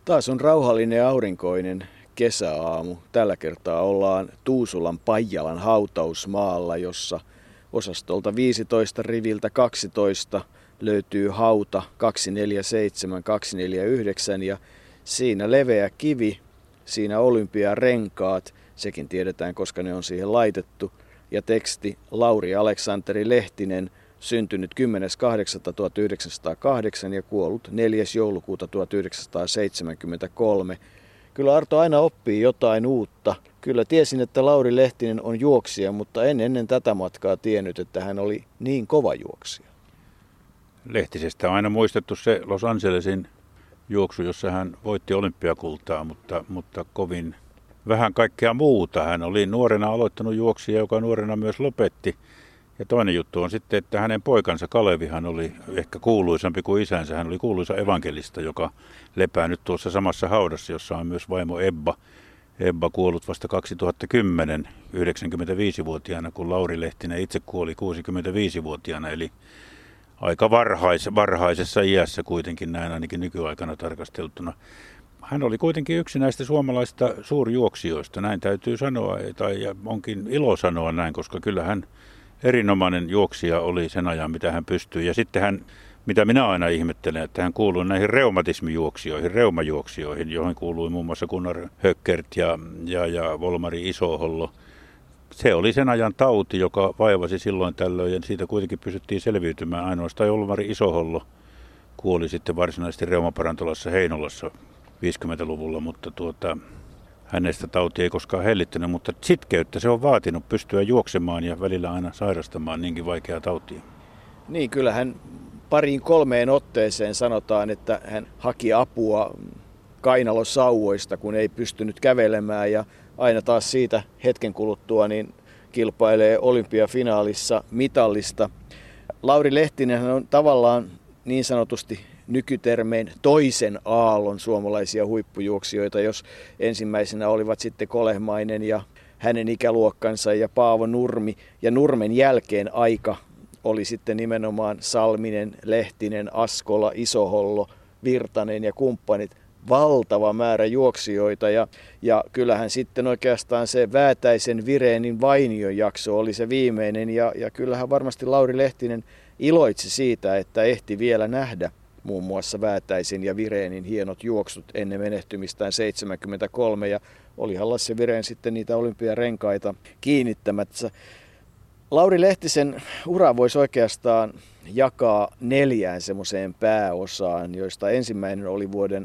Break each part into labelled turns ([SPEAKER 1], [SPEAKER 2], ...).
[SPEAKER 1] Taas on rauhallinen ja aurinkoinen kesäaamu. Tällä kertaa ollaan Tuusulan Paijalan hautausmaalla, jossa osastolta 15 riviltä 12 löytyy hauta 247, 249 ja siinä leveä kivi, siinä olympiarenkaat, sekin tiedetään koska ne on siihen laitettu, ja teksti Lauri Aleksanteri Lehtinen, syntynyt 10.8.1908 ja kuollut 4. joulukuuta 1973. Kyllä Arto aina oppii jotain uutta. Kyllä tiesin, että Lauri Lehtinen on juoksija, mutta en ennen tätä matkaa tiennyt, että hän oli niin kova juoksija.
[SPEAKER 2] Lehtisestä on aina muistettu se Los Angelesin juoksu, jossa hän voitti olympiakultaa, mutta kovin vähän kaikkea muuta. Hän oli nuorena aloittanut juoksija, joka nuorena myös lopetti. Ja toinen juttu on sitten, että hänen poikansa Kalevihan oli ehkä kuuluisampi kuin isänsä. Hän oli kuuluisa evankelista, joka lepää nyt tuossa samassa haudassa, jossa on myös vaimo Ebba. Ebba kuollut vasta 2010, 95-vuotiaana, kun Lauri Lehtinen itse kuoli 65-vuotiaana. Eli aika varhaisessa iässä kuitenkin, näin ainakin nykyaikana tarkasteltuna. Hän oli kuitenkin yksi näistä suomalaisista suurjuoksijoista, näin täytyy sanoa, tai onkin ilo sanoa näin, koska kyllä hän erinomainen juoksija oli sen ajan, mitä hän pystyi. Ja sitten hän, mitä minä aina ihmettelen, että hän kuului näihin reumatismijuoksijoihin, reumajuoksijoihin, joihin kuului muun muassa Gunnar Höckert ja Volmari Isohollo. Se oli sen ajan tauti, joka vaivasi silloin tällöin, ja siitä kuitenkin pystyttiin selviytymään. Ainoastaan Volmari Isohollo kuoli sitten varsinaisesti reumaparantolassa Heinolassa 50-luvulla, mutta hänestä tauti ei koskaan hellittänyt, mutta sitkeyttä se on vaatinut pystyä juoksemaan ja välillä aina sairastamaan niinkin vaikeaa tautia.
[SPEAKER 1] Niin, kyllähän 2-3 otteeseen sanotaan, että hän haki apua kainalosauvoista, kun ei pystynyt kävelemään ja aina taas siitä hetken kuluttua niin kilpailee olympiafinaalissa mitallista. Lauri Lehtinen on tavallaan niin sanotusti nykytermein toisen aallon suomalaisia huippujuoksijoita, jos ensimmäisenä olivat sitten Kolehmainen ja hänen ikäluokkansa ja Paavo Nurmi. Ja Nurmen jälkeen aika oli sitten nimenomaan Salminen, Lehtinen, Askola, Isohollo, Virtanen ja kumppanit. Valtava määrä juoksijoita ja kyllähän sitten oikeastaan se Väätäisen Virenin Vainion jakso oli se viimeinen ja kyllähän varmasti Lauri Lehtinen iloitsi siitä, että ehti vielä nähdä muun muassa Väätäisen ja Virenin hienot juoksut ennen menehtymistään 73 ja olihan Lasse Virén sitten niitä olympiarenkaita kiinnittämättä. Lauri Lehtisen ura voisi oikeastaan jakaa 4 semmoiseen pääosaan, joista ensimmäinen oli vuoden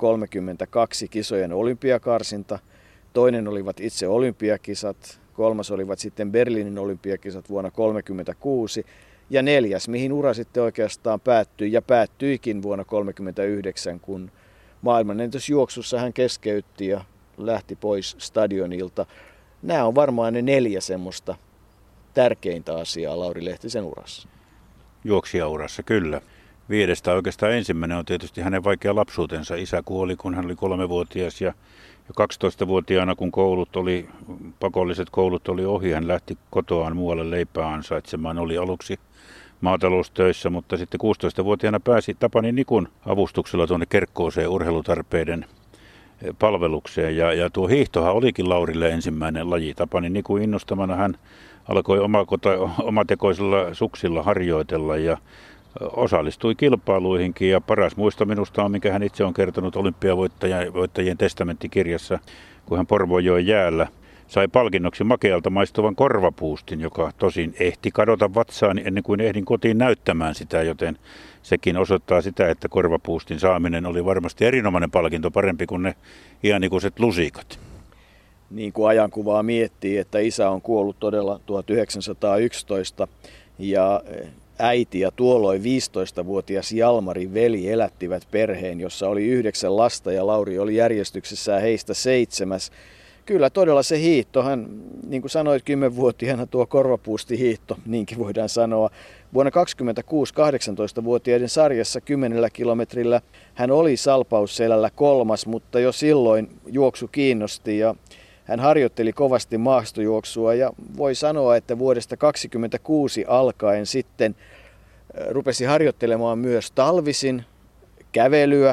[SPEAKER 1] 1932 kisojen olympiakarsinta, toinen olivat itse olympiakisat, kolmas olivat sitten Berliinin olympiakisat vuonna 1936 ja 4, mihin ura sitten oikeastaan päättyi ja päättyikin vuonna 1939, kun maailmanennätysjuoksussa hän keskeytti ja lähti pois stadionilta. Nämä on varmaan ne 4 semmoista tärkeintä asiaa Lauri Lehtisen urassa.
[SPEAKER 2] Juoksijaurassa, kyllä. 5 oikeastaan ensimmäinen on tietysti hänen vaikea lapsuutensa. Isä kuoli, kun hän oli 3-vuotias ja 12-vuotiaana, kun pakolliset koulut oli ohi, hän lähti kotoaan muualle leipää ansaitsemaan. Oli aluksi maataloustöissä, mutta sitten 16-vuotiaana pääsi Tapani Nikun avustuksella tuonne Kerkkooseen urheilutarpeiden palvelukseen. Ja tuo hiihtohan olikin Laurille ensimmäinen laji. Tapani Nikun innostamana hän alkoi omatekoisilla suksilla harjoitella ja osallistui kilpailuihinkin ja paras muisto minusta on, minkä hän itse on kertonut olympiavoittajien testamenttikirjassa, kun hän Porvoojoen jäällä sai palkinnoksi makealta maistuvan korvapuustin, joka tosin ehti kadota vatsaani ennen kuin ehdin kotiin näyttämään sitä, joten sekin osoittaa sitä, että korvapuustin saaminen oli varmasti erinomainen palkinto, parempi kuin ne iänikuiset lusikat.
[SPEAKER 1] Niin kuin ajankuvaa miettii, että isä on kuollut todella 1911 ja äiti ja tuolloin 15-vuotias Jalmarin veli elättivät perheen, jossa oli 9 lasta ja Lauri oli järjestyksessään heistä 7. Kyllä todella se hiihtohan, niin kuin sanoit 10-vuotiaana tuo korvapuustihiihto, niinkin voidaan sanoa. Vuonna 1926 18-vuotiaiden sarjassa 10 kilometrillä hän oli salpausselällä 3, mutta jo silloin juoksu kiinnosti ja hän harjoitteli kovasti maastojuoksua ja voi sanoa, että vuodesta 1926 alkaen sitten rupesi harjoittelemaan myös talvisin kävelyä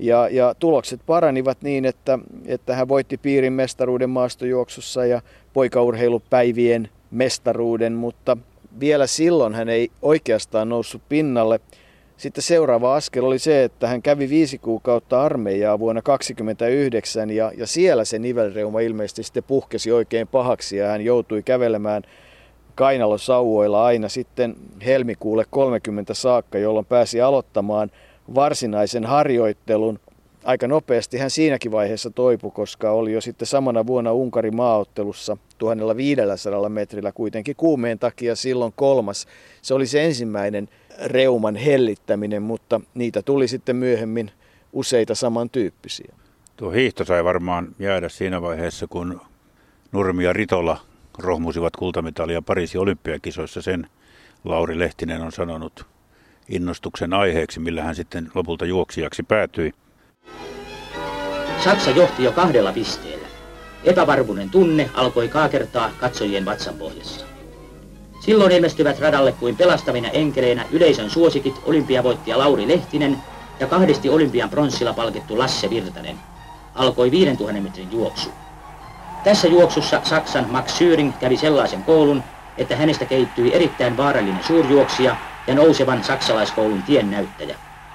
[SPEAKER 1] Ja tulokset paranivat niin, että hän voitti piirin mestaruuden maastojuoksussa ja poikaurheilupäivien mestaruuden, mutta vielä silloin hän ei oikeastaan noussut pinnalle. Sitten seuraava askel oli se, että hän kävi 5 kuukautta armeijaa vuonna 1929 ja siellä se nivelreuma ilmeisesti sitten puhkesi oikein pahaksi ja hän joutui kävelemään kainalosauvoilla aina sitten helmikuulle 30 saakka, jolloin pääsi aloittamaan varsinaisen harjoittelun. Aika nopeasti hän siinäkin vaiheessa toipui, koska oli jo sitten samana vuonna Unkarin maaottelussa 1500 metrillä kuitenkin kuumeen takia silloin 3. Se oli se ensimmäinen reuman hellittäminen, mutta niitä tuli sitten myöhemmin useita samantyyppisiä.
[SPEAKER 2] Tuo hiihto sai varmaan jäädä siinä vaiheessa, kun Nurmi ja Ritola rohmusivat kultamitalia Pariisin olympiakisoissa. Sen Lauri Lehtinen on sanonut innostuksen aiheeksi, millä hän sitten lopulta juoksijaksi päätyi.
[SPEAKER 3] Saksa johti jo 2 pisteellä. Epävarmuuden tunne alkoi kaakertaa katsojien vatsanpohjassa. Silloin ilmestyvät radalle kuin pelastavina enkeleinä yleisön suosikit olympiavoittaja Lauri Lehtinen ja 2 olympian pronssilla palkittu Lasse Virtanen. Alkoi 5000 metrin juoksu. Tässä juoksussa Saksan Max Schüring kävi sellaisen koulun, että hänestä kehittyi erittäin vaarallinen suurjuoksija ja nousevan saksalaiskoulun tiennäyttäjä.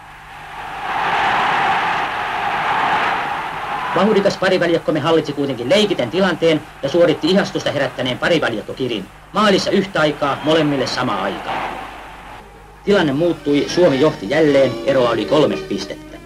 [SPEAKER 3] Vauhdikas parivaljakkomme hallitsi kuitenkin leikiten tilanteen ja suoritti ihastusta herättäneen parivaljakkokirin. Maalissa yhtä aikaa, molemmille sama aikaa. Tilanne muuttui, Suomi johti jälleen, eroa oli 3 pistettä.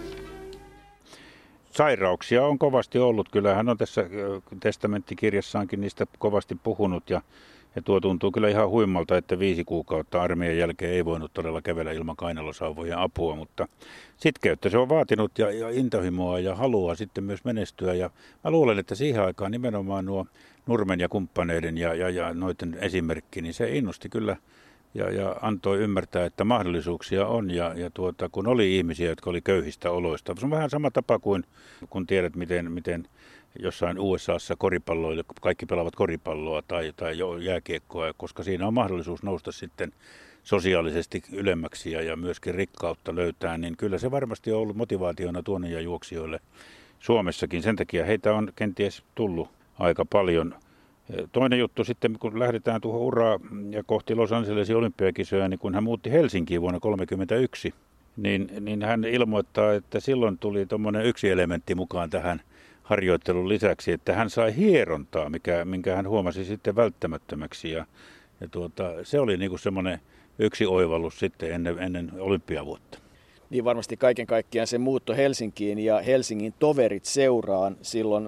[SPEAKER 2] Sairauksia on kovasti ollut. Kyllä hän on tässä testamenttikirjassaankin niistä kovasti puhunut ja tuo tuntuu kyllä ihan huimalta, että 5 kuukautta armeijan jälkeen ei voinut todella kävellä ilman kainalosauvojen apua, mutta sitkeyttä se on vaatinut ja intohimoa ja halua sitten myös menestyä. Ja mä luulen, että siihen aikaan nimenomaan nuo Nurmen ja kumppaneiden ja noiden esimerkki, niin se innosti kyllä ja antoi ymmärtää, että mahdollisuuksia on ja kun oli ihmisiä, jotka oli köyhistä oloista. Se on vähän sama tapa kuin kun tiedät, miten jossain USAssa koripalloille, kaikki pelaavat koripalloa tai jääkiekkoa, koska siinä on mahdollisuus nousta sitten sosiaalisesti ylemmäksi ja myöskin rikkautta löytää, niin kyllä se varmasti on ollut motivaationa tuonne juoksijoille Suomessakin. Sen takia heitä on kenties tullut aika paljon. Toinen juttu sitten, kun lähdetään tuohon uraan ja kohti Los Angelesin olympiakisoja, niin kun hän muutti Helsinkiin vuonna 1931, niin hän ilmoittaa, että silloin tuli tuommoinen yksi elementti mukaan tähän harjoittelun lisäksi, että hän sai hierontaa, minkä hän huomasi sitten välttämättömäksi. Ja se oli niin kuin semmoinen yksi oivallus sitten ennen olympiavuotta.
[SPEAKER 1] Niin varmasti kaiken kaikkiaan se muutto Helsinkiin ja Helsingin toverit seuraan silloin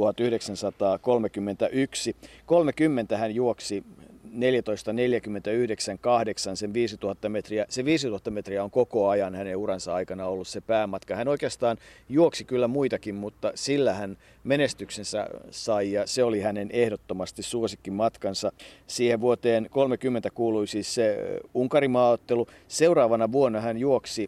[SPEAKER 1] 1931. 30 hän juoksi 14.49.8 sen 5000 metriä. Se 5000 metriä on koko ajan hänen uransa aikana ollut se päämatka. Hän oikeastaan juoksi kyllä muitakin, mutta sillä hän menestyksensä sai ja se oli hänen ehdottomasti suosikkimatkansa. Siihen vuoteen 30 kuului siis se Unkarin maaottelu. Seuraavana vuonna hän juoksi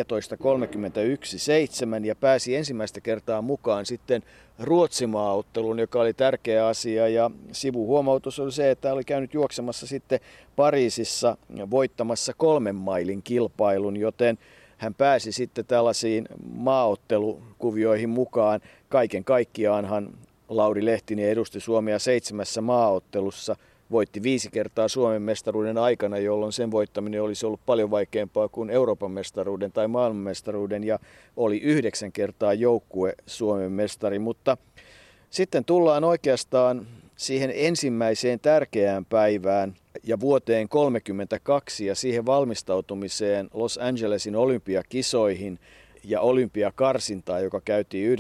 [SPEAKER 1] 14.31.7 ja pääsi ensimmäistä kertaa mukaan sitten Ruotsin maaotteluun, joka oli tärkeä asia, ja sivuhuomautus oli se, että oli käynyt juoksemassa sitten Pariisissa voittamassa 3 mailin kilpailun, joten hän pääsi sitten tällaisiin maaottelukuvioihin mukaan. Kaiken kaikkiaanhan Lauri Lehtinen edusti Suomea 7 maaottelussa, voitti 5 kertaa Suomen mestaruuden aikana, jolloin sen voittaminen olisi ollut paljon vaikeampaa kuin Euroopan mestaruuden tai maailmanmestaruuden, ja oli 9 kertaa joukkue Suomen mestari. Mutta sitten tullaan oikeastaan siihen ensimmäiseen tärkeään päivään ja vuoteen 1932 ja siihen valmistautumiseen Los Angelesin olympiakisoihin ja olympiakarsintaa, joka käytiin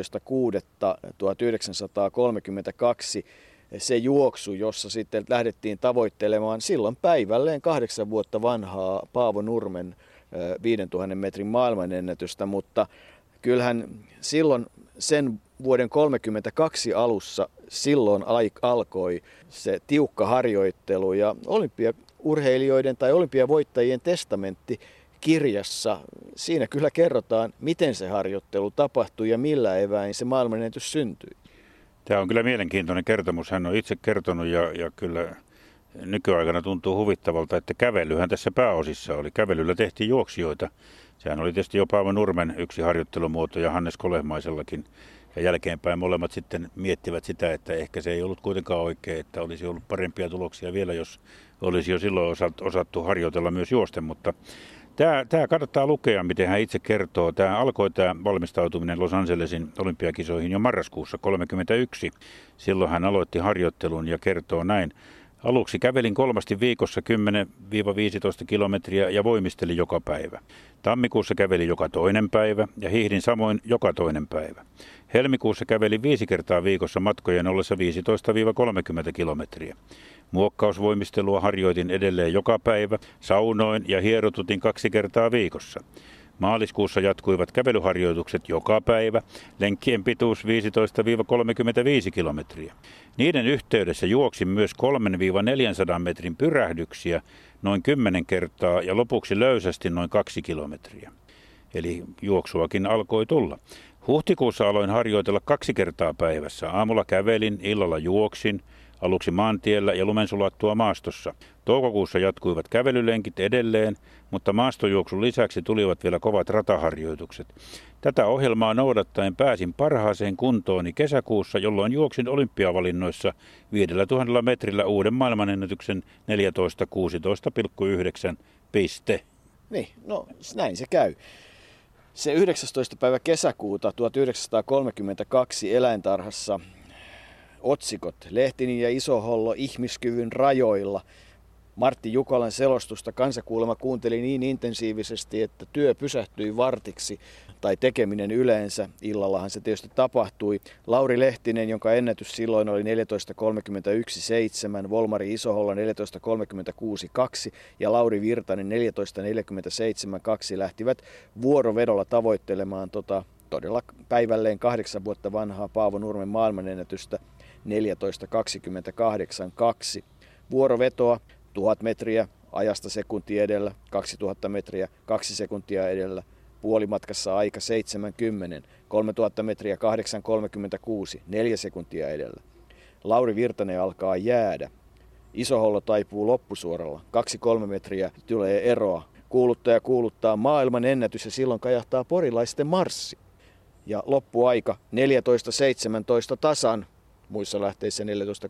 [SPEAKER 1] 19.6.1932. Se juoksu, jossa sitten lähdettiin tavoittelemaan silloin päivälleen 8 vuotta vanhaa Paavo Nurmen 5000 metrin maailmanennätystä, mutta kyllähän silloin sen vuoden 1932 alussa silloin alkoi se tiukka harjoittelu ja olympiaurheilijoiden tai olympiavoittajien testamentti kirjassa, siinä kyllä kerrotaan, miten se harjoittelu tapahtui ja millä eväin se maailmanennätys syntyi.
[SPEAKER 2] Tämä on kyllä mielenkiintoinen kertomus. Hän on itse kertonut ja kyllä nykyaikana tuntuu huvittavalta, että kävelyhän tässä pääosissa oli. Kävelyllä tehtiin juoksijoita. Sehän oli tietysti jo Paavo Nurmen yksi harjoittelumuoto ja Hannes Kolehmaisellakin. Ja jälkeenpäin molemmat sitten miettivät sitä, että ehkä se ei ollut kuitenkaan oikein, että olisi ollut parempia tuloksia vielä, jos olisi jo silloin osattu harjoitella myös juosten. Mutta tämä kannattaa lukea, miten hän itse kertoo. Tämä valmistautuminen Los Angelesin olympiakisoihin jo marraskuussa 1931. Silloin hän aloitti harjoittelun ja kertoo näin. Aluksi kävelin 3 viikossa 10-15 kilometriä ja voimistelin joka päivä. Tammikuussa kävelin joka toinen päivä ja hiihdin samoin joka toinen päivä. Helmikuussa kävelin 5 kertaa viikossa matkojen ollessa 15-30 kilometriä. Muokkausvoimistelua harjoitin edelleen joka päivä, saunoin ja hierotutin 2 kertaa viikossa. Maaliskuussa jatkuivat kävelyharjoitukset joka päivä, lenkkien pituus 15-35 kilometriä. Niiden yhteydessä juoksin myös 300-400 metrin pyrähdyksiä noin 10 kertaa ja lopuksi löysästi noin 2 kilometriä. Eli juoksuakin alkoi tulla. Huhtikuussa aloin harjoitella 2 kertaa päivässä. Aamulla kävelin, illalla juoksin, aluksi maantiellä ja lumensulattua maastossa. Toukokuussa jatkuivat kävelylenkit edelleen, mutta maastojuoksun lisäksi tulivat vielä kovat rataharjoitukset. Tätä ohjelmaa noudattaen pääsin parhaaseen kuntooni kesäkuussa, jolloin juoksin olympiavalinnoissa 5000 metrillä uuden maailmanennätyksen 14.16,9 piste.
[SPEAKER 1] Niin, no näin se käy. Se 19. päivä kesäkuuta 1932 eläintarhassa otsikot Lehtinen ja Isohollo ihmiskyvyn rajoilla. Martti Jukolan selostusta kansakuulema kuunteli niin intensiivisesti, että työ pysähtyi vartiksi, tai tekeminen yleensä. Illallahan se tietysti tapahtui. Lauri Lehtinen, jonka ennätys silloin oli 14.31.7, Volmari Isohollo 14.36.2 ja Lauri Virtanen 14.47.2 lähtivät vuorovedolla tavoittelemaan todella päivälleen 8 vuotta vanhaa Paavo Nurmen maailmanennätystä 14.28.2. Vuorovetoa 1000 metriä ajasta sekuntia edellä, 2000 metriä 2 sekuntia edellä, puolimatkassa aika 70, 3000 metriä 8.36, 4 sekuntia edellä. Lauri Virtanen alkaa jäädä. Isohollo taipuu loppusuoralla, 2-3 metriä tulee eroa. Kuuluttaja kuuluttaa maailman ennätys ja silloin kajahtaa porilaisten marssi. Ja loppuaika 14.17 tasan, muissa lähteissä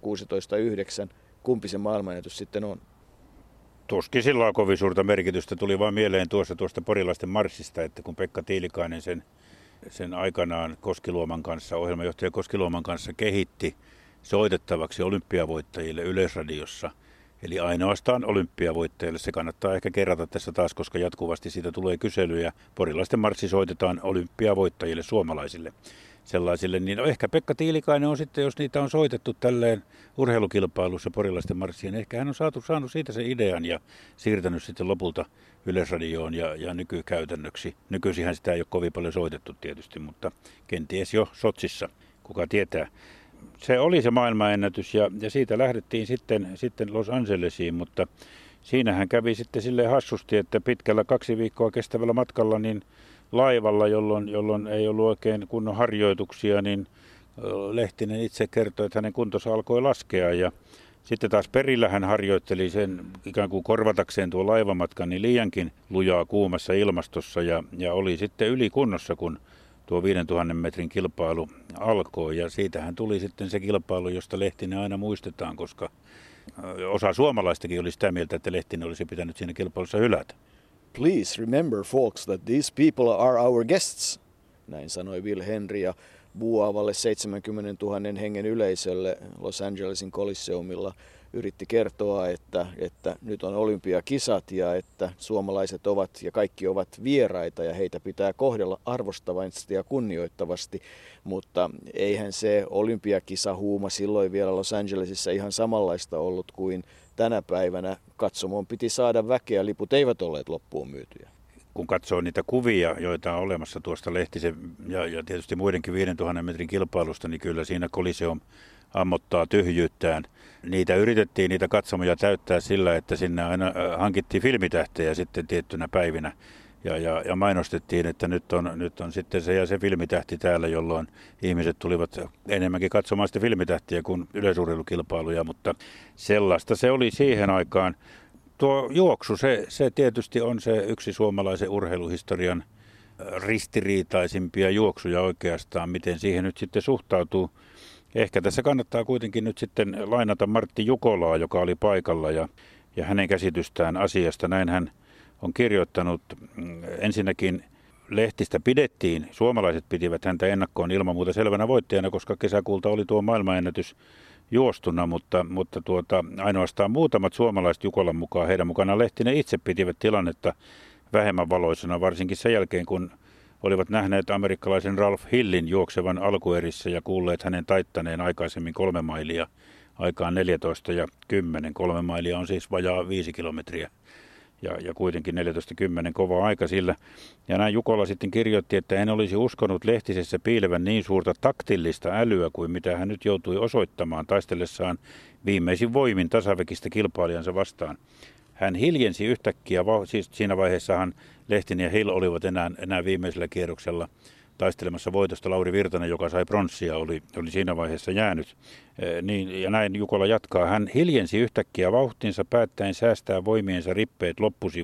[SPEAKER 1] 14.16.9. Kumpi se maailmanennätys sitten on?
[SPEAKER 2] Tuskin sillä on kovin suurta merkitystä. Tuli vaan mieleen tuosta porilaisten marssista, että kun Pekka Tiilikainen sen aikanaan Koskiluoman kanssa, ohjelmajohtaja Koskiluoman kanssa kehitti soitettavaksi olympiavoittajille Yleisradiossa. Eli ainoastaan olympiavoittajille. Se kannattaa ehkä kerrata tässä taas, koska jatkuvasti siitä tulee kyselyjä. Porilaisten marssi soitetaan olympiavoittajille, suomalaisille sellaisille. Niin ehkä Pekka Tiilikainen on sitten, jos niitä on soitettu tälleen urheilukilpailussa porilaisten marssiin, ehkä hän on saanut siitä sen idean ja siirtänyt sitten lopulta Yleisradioon ja nykykäytännöksi. Nykyisinhän sitä ei ole kovin paljon soitettu tietysti, mutta kenties jo Sotsissa, kuka tietää. Se oli se maailmanennätys ja siitä lähdettiin sitten Los Angelesiin, mutta siinähän kävi sitten silleen hassusti, että pitkällä 2 viikkoa kestävällä matkalla niin laivalla, jolloin ei ollut oikein kunnon harjoituksia, niin Lehtinen itse kertoi, että hänen kuntonsa alkoi laskea ja sitten taas perillä hän harjoitteli sen ikään kuin korvatakseen tuo laivamatkan niin liiankin lujaa kuumassa ilmastossa ja oli sitten ylikunnossa, kun tuo 5000 metrin kilpailu alkoi ja siitähän tuli sitten se kilpailu, josta Lehtinen aina muistetaan, koska osa suomalaistakin oli sitä mieltä, että Lehtinen olisi pitänyt siinä kilpailussa hylätä.
[SPEAKER 1] Please remember folks that these people are our guests, näin sanoi Will Henry ja buuaavalle 70 000 hengen yleisölle Los Angelesin Coliseumilla yritti kertoa, että nyt on olympiakisat ja että suomalaiset ovat ja kaikki ovat vieraita ja heitä pitää kohdella arvostavasti ja kunnioittavasti, mutta eihän se olympiakisahuuma silloin vielä Los Angelesissa ihan samanlaista ollut kuin tänä päivänä. Katsomoon piti saada väkeä, liput eivät olleet loppuun myytyjä.
[SPEAKER 2] Kun katsoo niitä kuvia, joita on olemassa tuosta Lehtisen ja tietysti muidenkin 5000 metrin kilpailusta, niin kyllä siinä Coliseum ammottaa tyhjyyttään. Niitä katsomoja täyttää sillä, että sinne aina hankittiin filmitähtejä sitten tiettynä päivinä ja mainostettiin, että nyt on sitten se ja se filmitähti täällä, jolloin ihmiset tulivat enemmänkin katsomaan sitä filmitähtiä kuin yleisurheilukilpailuja, mutta sellaista se oli siihen aikaan. Tuo juoksu, se tietysti on se yksi suomalaisen urheiluhistorian ristiriitaisimpia juoksuja oikeastaan, miten siihen nyt sitten suhtautuu. Ehkä tässä kannattaa kuitenkin nyt sitten lainata Martti Jukolaa, joka oli paikalla ja hänen käsitystään asiasta. Näin hän on kirjoittanut. Ensinnäkin lehtistä pidettiin, suomalaiset pitivät häntä ennakkoon ilman muuta selvänä voittajana, koska kesäkuulta oli tuo maailmanennätys juostuna, mutta ainoastaan muutamat suomalaiset Jukolan mukaan, heidän mukanaan Lehtinen itse pitivät tilannetta vähemmän valoisena, varsinkin sen jälkeen, kun olivat nähneet amerikkalaisen Ralph Hillin juoksevan alkuerissä ja kuulleet hänen taittaneen aikaisemmin 3 mailia aikaan 14 ja 10. 3 mailia on siis vajaa 5 kilometriä ja kuitenkin 14.10 kova aika sillä. Ja näin Jukola sitten kirjoitti, että en olisi uskonut Lehtisessä piilevän niin suurta taktillista älyä kuin mitä hän nyt joutui osoittamaan taistellessaan viimeisin voimin tasavekistä kilpailijansa vastaan. Hän hiljensi yhtäkkiä, siis siinä vaiheessahan Lehtinen ja Hill olivat enää viimeisellä kierroksella taistelemassa voitosta. Lauri Virtanen, joka sai pronssia, oli siinä vaiheessa jäänyt. Ja näin Jukola jatkaa. Hän hiljensi yhtäkkiä vauhtinsa päättäen säästää voimiensa rippeet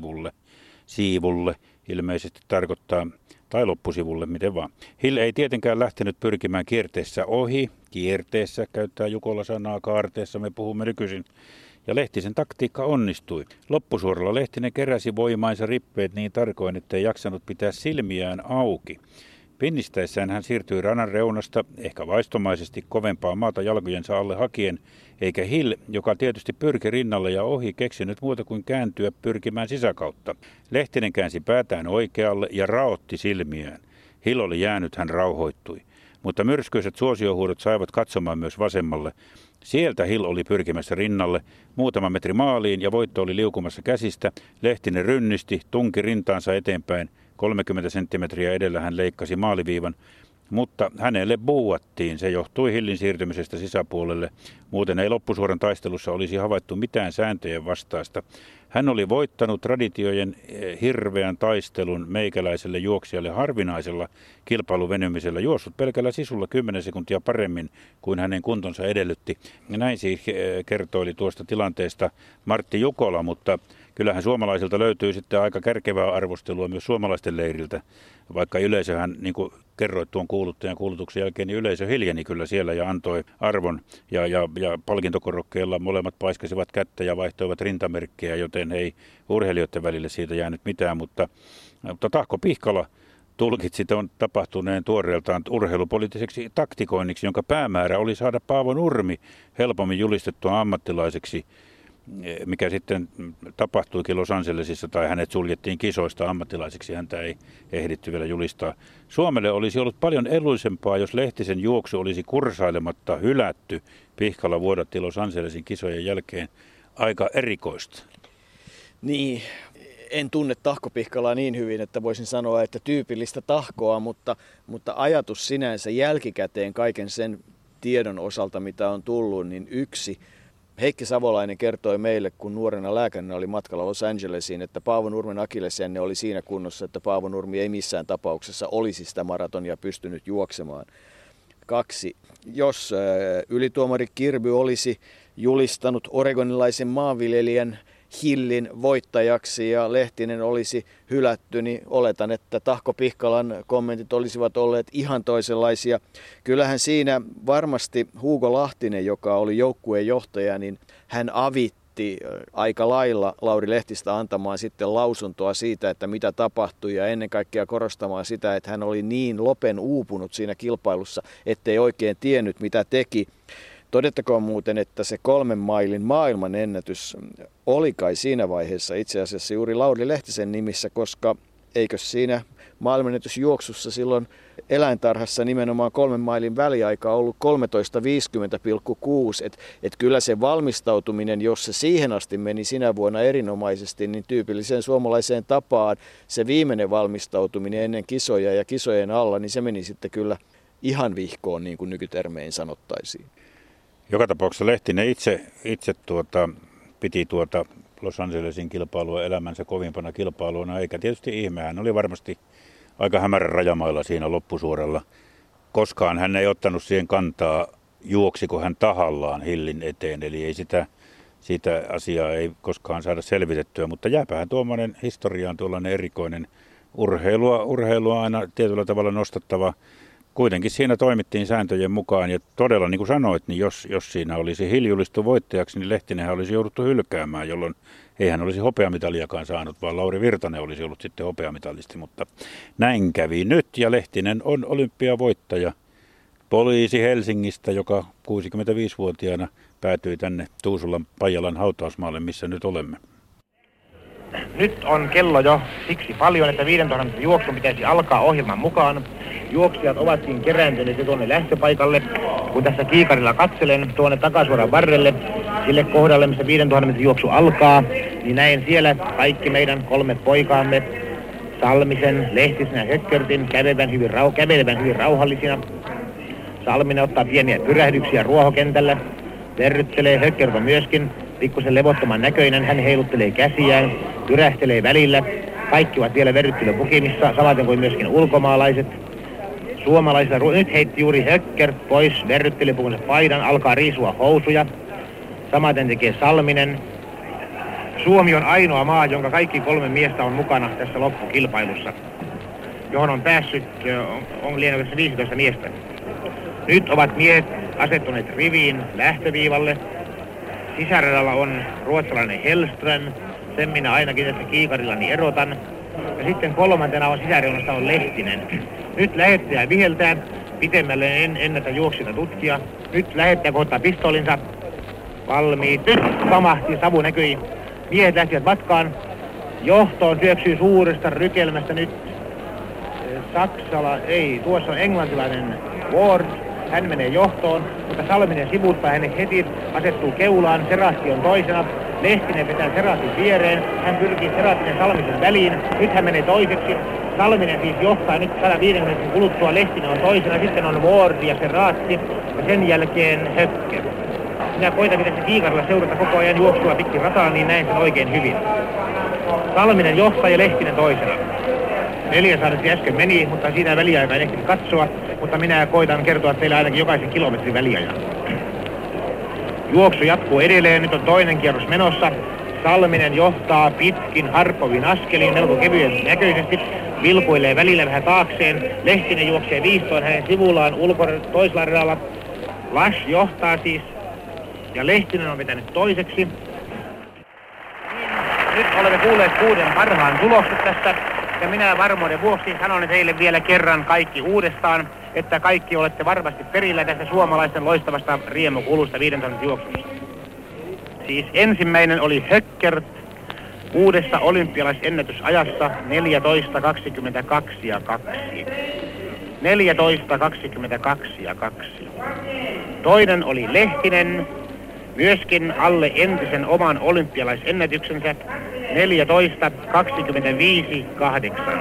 [SPEAKER 2] siivulle, ilmeisesti tarkoittaa, tai loppusivulle, miten vaan. Hill ei tietenkään lähtenyt pyrkimään kierteessä ohi. Kierteessä käyttää Jukola sanaa, kaarteessa me puhumme nykyisin. Ja Lehtisen taktiikka onnistui. Loppusuoralla Lehtinen keräsi voimaansa rippeet niin tarkoin, ettei jaksanut pitää silmiään auki. Pinnistäessään hän siirtyi ranan reunasta, ehkä vaistomaisesti kovempaa maata jalkojensa alle hakien, eikä Hill, joka tietysti pyrki rinnalle ja ohi, keksinyt muuta kuin kääntyä pyrkimään sisäkautta. Lehtinen käänsi päätään oikealle ja raotti silmiään. Hill oli jäänyt, hän rauhoittui. Mutta myrskyiset suosiohuudot saivat katsomaan myös vasemmalle. Sieltä Hill oli pyrkimässä rinnalle, muutama metri maaliin ja voitto oli liukumassa käsistä. Lehtinen rynnisti, tunki rintaansa eteenpäin. 30 senttimetriä edellä hän leikkasi maaliviivan, mutta hänelle buuattiin. Se johtui Hillin siirtymisestä sisäpuolelle. Muuten ei loppusuoran taistelussa olisi havaittu mitään sääntöjen vastaista. Hän oli voittanut traditiojen hirveän taistelun meikäläiselle juoksijalle harvinaisella kilpailuvenymisellä, juossut pelkällä sisulla 10 sekuntia paremmin kuin hänen kuntonsa edellytti. Näin siis kertoi tuosta tilanteesta Martti Jukola, mutta kyllähän suomalaisilta löytyy sitten aika kärkevää arvostelua myös suomalaisten leiriltä, vaikka yleisöhän, niin kuin kerroit tuon kuulutuksen jälkeen, niin yleisö hiljeni kyllä siellä ja antoi arvon ja palkintokorokkeella molemmat paiskasivat kättä ja vaihtoivat rintamerkkejä, joten ei urheilijoiden välille siitä jäänyt mitään, mutta Tahko Pihkala tulkitsi on tapahtuneen tuoreeltaan urheilupoliittiseksi taktikoinniksi, jonka päämäärä oli saada Paavo Nurmi helpommin julistettua ammattilaiseksi, mikä sitten tapahtuikin Los Angelesissa, tai hänet suljettiin kisoista ammattilaiseksi, häntä ei ehditty vielä julistaa. Suomelle olisi ollut paljon edullisempaa, jos Lehtisen juoksu olisi kursailematta hylätty. Pihkala vuodatti Los Angelesin kisojen jälkeen. Aika erikoista.
[SPEAKER 1] Niin, en tunne Tahko Pihkalaa niin hyvin, että voisin sanoa, että tyypillistä tahkoa, mutta ajatus sinänsä jälkikäteen kaiken sen tiedon osalta, mitä on tullut, niin yksi. Heikki Savolainen kertoi meille, kun nuorena lääkärinä oli matkalla Los Angelesiin, että Paavo Nurmen akillesjänne oli siinä kunnossa, että Paavo Nurmi ei missään tapauksessa olisi sitä maratonia pystynyt juoksemaan. 2. Jos ylituomari Kirby olisi julistanut oregonilaisen maanviljelijän Hillin voittajaksi ja Lehtinen olisi hylätty, niin oletan, että Tahko Pihkalan kommentit olisivat olleet ihan toisenlaisia. Kyllähän siinä varmasti Hugo Lahtinen, joka oli joukkueen johtaja, niin hän avitti aika lailla Lauri Lehtistä antamaan sitten lausuntoa siitä, että mitä tapahtui ja ennen kaikkea korostamaan sitä, että hän oli niin lopen uupunut siinä kilpailussa, ettei oikein tiennyt mitä teki. Todettakoon muuten, että se 3 mailin maailmanennätys oli kai siinä vaiheessa itse asiassa juuri Lauri Lehtisen nimissä, koska eikö siinä maailmanennätysjuoksussa silloin eläintarhassa nimenomaan 3 mailin väliaika ollut 13.50,6. Et kyllä se valmistautuminen, jos se siihen asti meni sinä vuonna erinomaisesti, niin tyypilliseen suomalaiseen tapaan se viimeinen valmistautuminen ennen kisoja ja kisojen alla, niin se meni sitten kyllä ihan vihkoon, niin kuin nykytermein sanottaisiin.
[SPEAKER 2] Joka tapauksessa Lehtinen itse piti Los Angelesin kilpailua elämänsä kovimpana kilpailuna, eikä tietysti ihme. Hän oli varmasti aika hämärän rajamailla siinä loppusuoralla. Koskaan hän ei ottanut siihen kantaa, juoksiko hän tahallaan Hillin eteen, eli ei sitä siitä asiaa ei koskaan saada selvitettyä, mutta jääpähän tuommoinen historiaan tuollainen erikoinen urheilua aina tietyllä tavalla nostattava. Kuitenkin siinä toimittiin sääntöjen mukaan ja todella niin kuin sanoit, niin jos siinä olisi hiljulistu voittajaksi, niin Lehtinenhän olisi jouduttu hylkäämään, jolloin ei hän olisi hopeamitaliakaan saanut, vaan Lauri Virtanen olisi ollut sitten hopeamitalisti, mutta näin kävi nyt ja Lehtinen on olympiavoittaja. Poliisi Helsingistä, joka 65-vuotiaana päätyi tänne Tuusulan Pajalan hautausmaalle, missä nyt olemme.
[SPEAKER 4] Nyt on kello jo siksi paljon, että 5000 juoksun pitäisi alkaa ohjelman mukaan. Juoksijat ovatkin kerääntyneet jo tuonne lähtöpaikalle. Kun tässä kiikarilla katselen tuonne takasuoran varrelle, sille kohdalle, missä 5000 juoksu alkaa, niin näen siellä kaikki meidän 3 poikaamme, Salmisen, Lehtisen ja Hökkertin, kävelevän hyvin rauhallisina. Salminen ottaa pieniä pyrähdyksiä ruohokentällä, verryttelee, Hökkert on myöskin pikkusen levottoman näköinen, hän heiluttelee käsiään, pyrähtelee välillä. Kaikki ovat vielä verryttelupukimissa, samaten kuin myöskin ulkomaalaiset. Suomalaisilla nyt heitti juuri Hökkert pois verryttelypukunsa paidan, alkaa riisua housuja. Samaten tekee Salminen. Suomi on ainoa maa, jonka kaikki 3 miestä on mukana tässä loppukilpailussa, johon on päässyt, on lienee 15 miestä. Nyt ovat miehet asettuneet riviin lähtöviivalle. Sisäradalla on ruotsalainen Hellström, sen minä ainakin tässä kiikarillani erotan. Ja sitten 3. on sisäreunasta on Lehtinen. Nyt lähettäjä viheltää, pitemmälle en ennätä juoksita tutkia. Nyt lähettäjä kohtaa pistoolinsa. Valmiit. Nyt pamahti, savu näkyi. Miehet lähtivät matkaan. Johtoon syöksyy suuresta rykelmästä nyt tuossa on englantilainen Ward. Hän menee johtoon, mutta Salminen sivuuttaa hänet heti, asettuu keulaan, Serasti on toisena. Lehtinen vetää Serastin viereen, hän pyrkii Serastinen Salmisen väliin, nyt hän menee toiseksi. Salminen siis johtaa nyt 150 kuluttua, Lehtinen on toisena, sitten on Ward ja Serasti ja sen jälkeen Hökker. Minä koitan tässä kiikarilla seurata koko ajan juoksua pitkin rataa, niin näin sen oikein hyvin. Salminen johtaa ja Lehtinen toisena. 400 äsken meni, mutta siinä väliaika en ehtinyt katsoa, mutta minä koitan kertoa teille ainakin jokaisen kilometrin väliajan. Juoksu jatkuu edelleen, nyt on toinen kierros menossa. Salminen johtaa pitkin harppovin askelin melko kevyen näköisesti, vilkuilee välillä vähän taakseen. Lehtinen juoksee viistoon hänen sivullaan toisella radalla. Lash johtaa siis ja Lehtinen on vetänyt toiseksi. Nyt olemme kuulleet 6 parhaan tulokset tästä. Ja minä varmuuden vuoksi sanon teille vielä kerran kaikki uudestaan, että kaikki olette varmasti perillä tästä suomalaisten loistavasta riemukulusta 5000 juoksussa. Siis ensimmäinen oli Hökkert uudessa olympialaisennätysajassa 14.22 ja 2. 14.22 ja 2. Toinen oli Lehtinen, myöskin alle entisen oman olympialaisennätyksensä 14.25.8.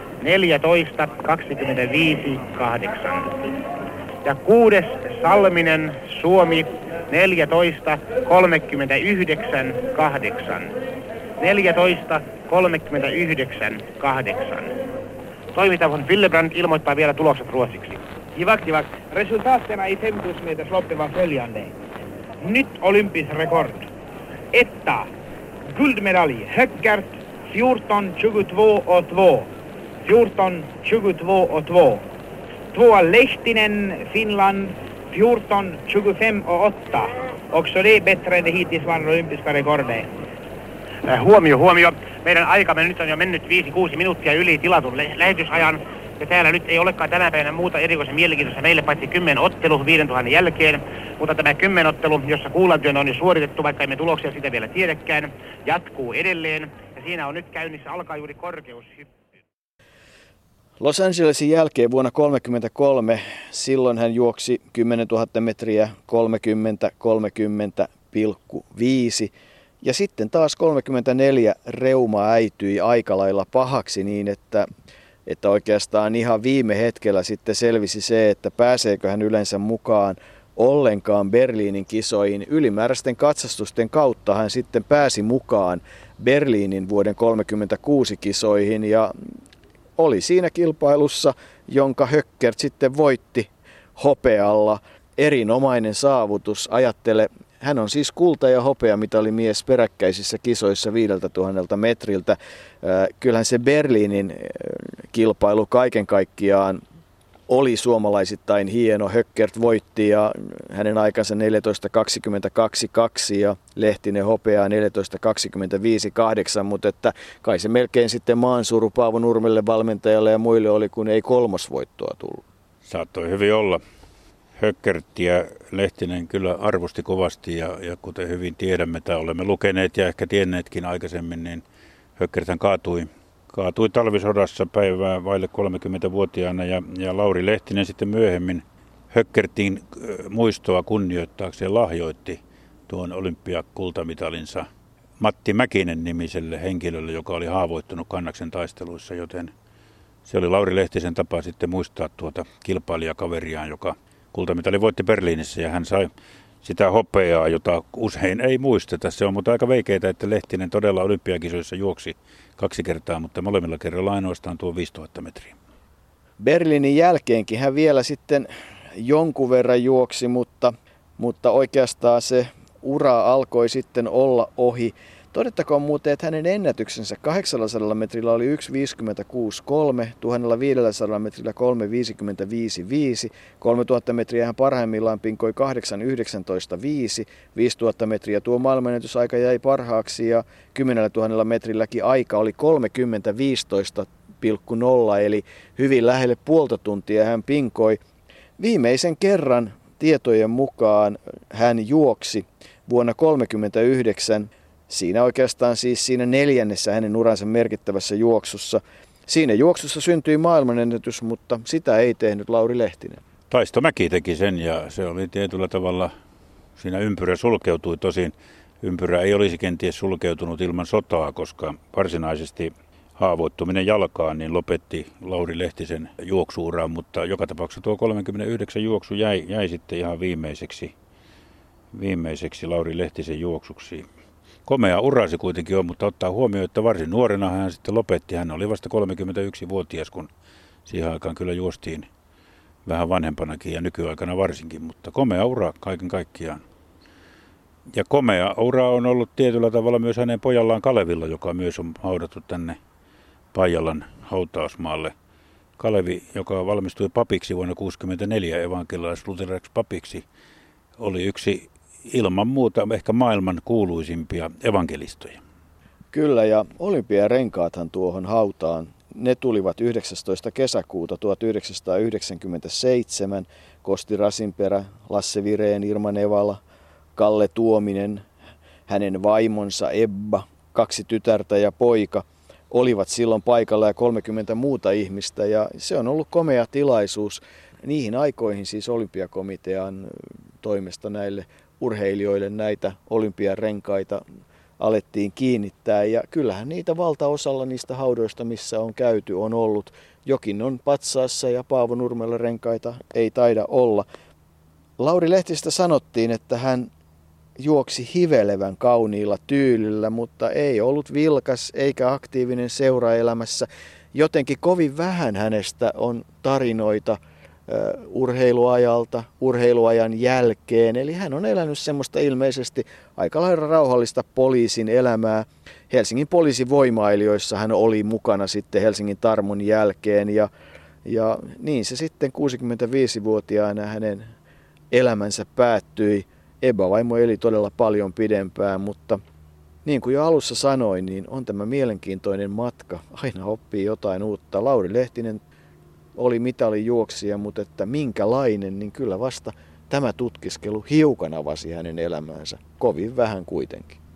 [SPEAKER 4] 14.25.8. Ja 6. Salminen, Suomi 14.39.8. 14.39.8. Toimittaja von Willebrand ilmoittaa vielä tulokset ruotsiksi.
[SPEAKER 5] Givac. Resultaterna i 5000-metersloppet var följande. Nytt olympisk rekord. 1. Guldmedalj Höckert 14.22.2. 14.22.2. 2. Lehtinen Finland 14.25.8. Också det bättre än det hittills vann olympiska rekordet.
[SPEAKER 4] Huomio. Meidän aikamme nyt on jo mennyt 5-6 minuuttia yli tilatun lähetysajan. Ja täällä nyt ei olekaan tänä päivänä muuta erikoisen mielenkiintoista meille paitsi 10 ottelu 5000 jälkeen. Mutta tämä 10 ottelu, jossa kuulantyön on jo suoritettu, vaikka emme tuloksia sitä vielä tiedäkään, jatkuu edelleen. Ja siinä on nyt käynnissä, alkaa juuri korkeushyppy.
[SPEAKER 1] Los Angelesin jälkeen vuonna 1933, silloin hän juoksi 10 000 metriä 30.5. Ja sitten taas 34 reuma äityi aika lailla pahaksi niin, että oikeastaan ihan viime hetkellä sitten selvisi se, että pääseekö hän yleensä mukaan ollenkaan Berliinin kisoihin. Ylimääräisten katsastusten kautta hän sitten pääsi mukaan Berliinin vuoden 1936 kisoihin ja oli siinä kilpailussa, jonka Höckert sitten voitti hopealla. Erinomainen saavutus. Ajattele Hän on siis kulta- ja hopeamitalimies peräkkäisissä kisoissa 5000 metriltä. Kyllähän se Berliinin kilpailu kaiken kaikkiaan oli suomalaisittain hieno. Höckert voitti ja hänen aikansa 14.22.2 ja Lehtinen hopeaa 14.25.8, mutta että kai se melkein sitten maansuru Paavo Nurmelle valmentajalle ja muille oli, kun ei kolmosvoittoa tullut.
[SPEAKER 2] Saattoi hyvin olla. Höckertiä Lehtinen kyllä arvosti kovasti ja kuten hyvin tiedämme tai olemme lukeneet ja ehkä tienneetkin aikaisemmin, niin Höckerthän kaatui talvisodassa päivää vaille 30-vuotiaana ja Lauri Lehtinen sitten myöhemmin Höckertin muistoa kunnioittaakseen lahjoitti tuon olympiakultamitalinsa Matti Mäkinen nimiselle henkilölle, joka oli haavoittunut Kannaksen taisteluissa, joten se oli Lauri Lehtisen tapa sitten muistaa tuota kilpailijakaveriaan, joka kultamitali voitti Berliinissä ja hän sai sitä hopeaa, jota usein ei muisteta. Se on mutta aika veikeitä, että Lehtinen todella olympiakisoissa juoksi 2 kertaa, mutta molemmilla kerralla ainoastaan tuo 5000 metriä.
[SPEAKER 1] Berliinin jälkeenkin hän vielä sitten jonkun verran juoksi, mutta oikeastaan se ura alkoi sitten olla ohi. Todettakoon muuten, että hänen ennätyksensä 800 metrillä oli 1.56.3, 1500 metrillä 3.55.5, 3000 metriä hän parhaimmillaan pinkoi 8.19.5, 5000 metriä tuo maailmanennätysaika jäi parhaaksi ja 10 000 metrilläkin aika oli 30.15.0, eli hyvin lähelle puolta tuntia hän pinkoi. Viimeisen kerran tietojen mukaan hän juoksi vuonna 1939. Siinä oikeastaan siis siinä 4. hänen uransa merkittävässä juoksussa. Siinä juoksussa syntyi maailmanennätys, mutta sitä ei tehnyt Lauri Lehtinen.
[SPEAKER 2] Taisto Mäki teki sen ja se oli tietyllä tavalla, siinä ympyrä sulkeutui. Tosin ympyrä ei olisi kenties sulkeutunut ilman sotaa, koska varsinaisesti haavoittuminen jalkaan niin lopetti Lauri Lehtisen juoksuuraan, mutta joka tapauksessa tuo 39 juoksu jäi sitten ihan viimeiseksi Lauri Lehtisen juoksuksi. Komea ura se kuitenkin on, mutta ottaa huomioon, että varsin nuorena hän sitten lopetti. Hän oli vasta 31-vuotias, kun siihen aikaan kyllä juostiin vähän vanhempanakin ja nykyaikana varsinkin, mutta komea ura kaiken kaikkiaan. Ja komea ura on ollut tietyllä tavalla myös hänen pojallaan Kalevilla, joka myös on haudattu tänne Paijalan hautausmaalle. Kalevi, joka valmistui papiksi vuonna 1964 evankelilais-luterilaisiksi papiksi, oli yksi ilman muuta ehkä maailman kuuluisimpia evankelistoja.
[SPEAKER 1] Kyllä, ja olympiarenkaathan tuohon hautaan, ne tulivat 19. kesäkuuta 1997. Kosti Rasinperä, Lasse Vireen, Irma Nevala, Kalle Tuominen, hänen vaimonsa Ebba, 2 tytärtä ja poika olivat silloin paikalla ja 30 muuta ihmistä. Ja se on ollut komea tilaisuus niihin aikoihin siis olympiakomitean toimesta näille urheilijoille näitä olympiarenkaita alettiin kiinnittää ja kyllähän niitä valtaosalla niistä haudoista, missä on käyty, on ollut. Jokin on patsaassa ja Paavo Nurmella renkaita ei taida olla. Lauri Lehtistä sanottiin, että hän juoksi hivelevän kauniilla tyylillä, mutta ei ollut vilkas eikä aktiivinen seuraelämässä. Jotenkin kovin vähän hänestä on tarinoita urheiluajalta, urheiluajan jälkeen. Eli hän on elänyt semmoista ilmeisesti aika lailla rauhallista poliisin elämää. Helsingin poliisivoimailijoissa hän oli mukana sitten Helsingin Tarmon jälkeen ja niin se sitten 65-vuotiaana hänen elämänsä päättyi. Ebba-vaimo eli todella paljon pidempään, mutta niin kuin jo alussa sanoin, niin on tämä mielenkiintoinen matka. Aina oppii jotain uutta. Lauri Lehtinen oli mitalijuoksija, mutta että minkälainen, niin kyllä vasta tämä tutkiskelu hiukan avasi hänen elämäänsä. Kovin vähän kuitenkin.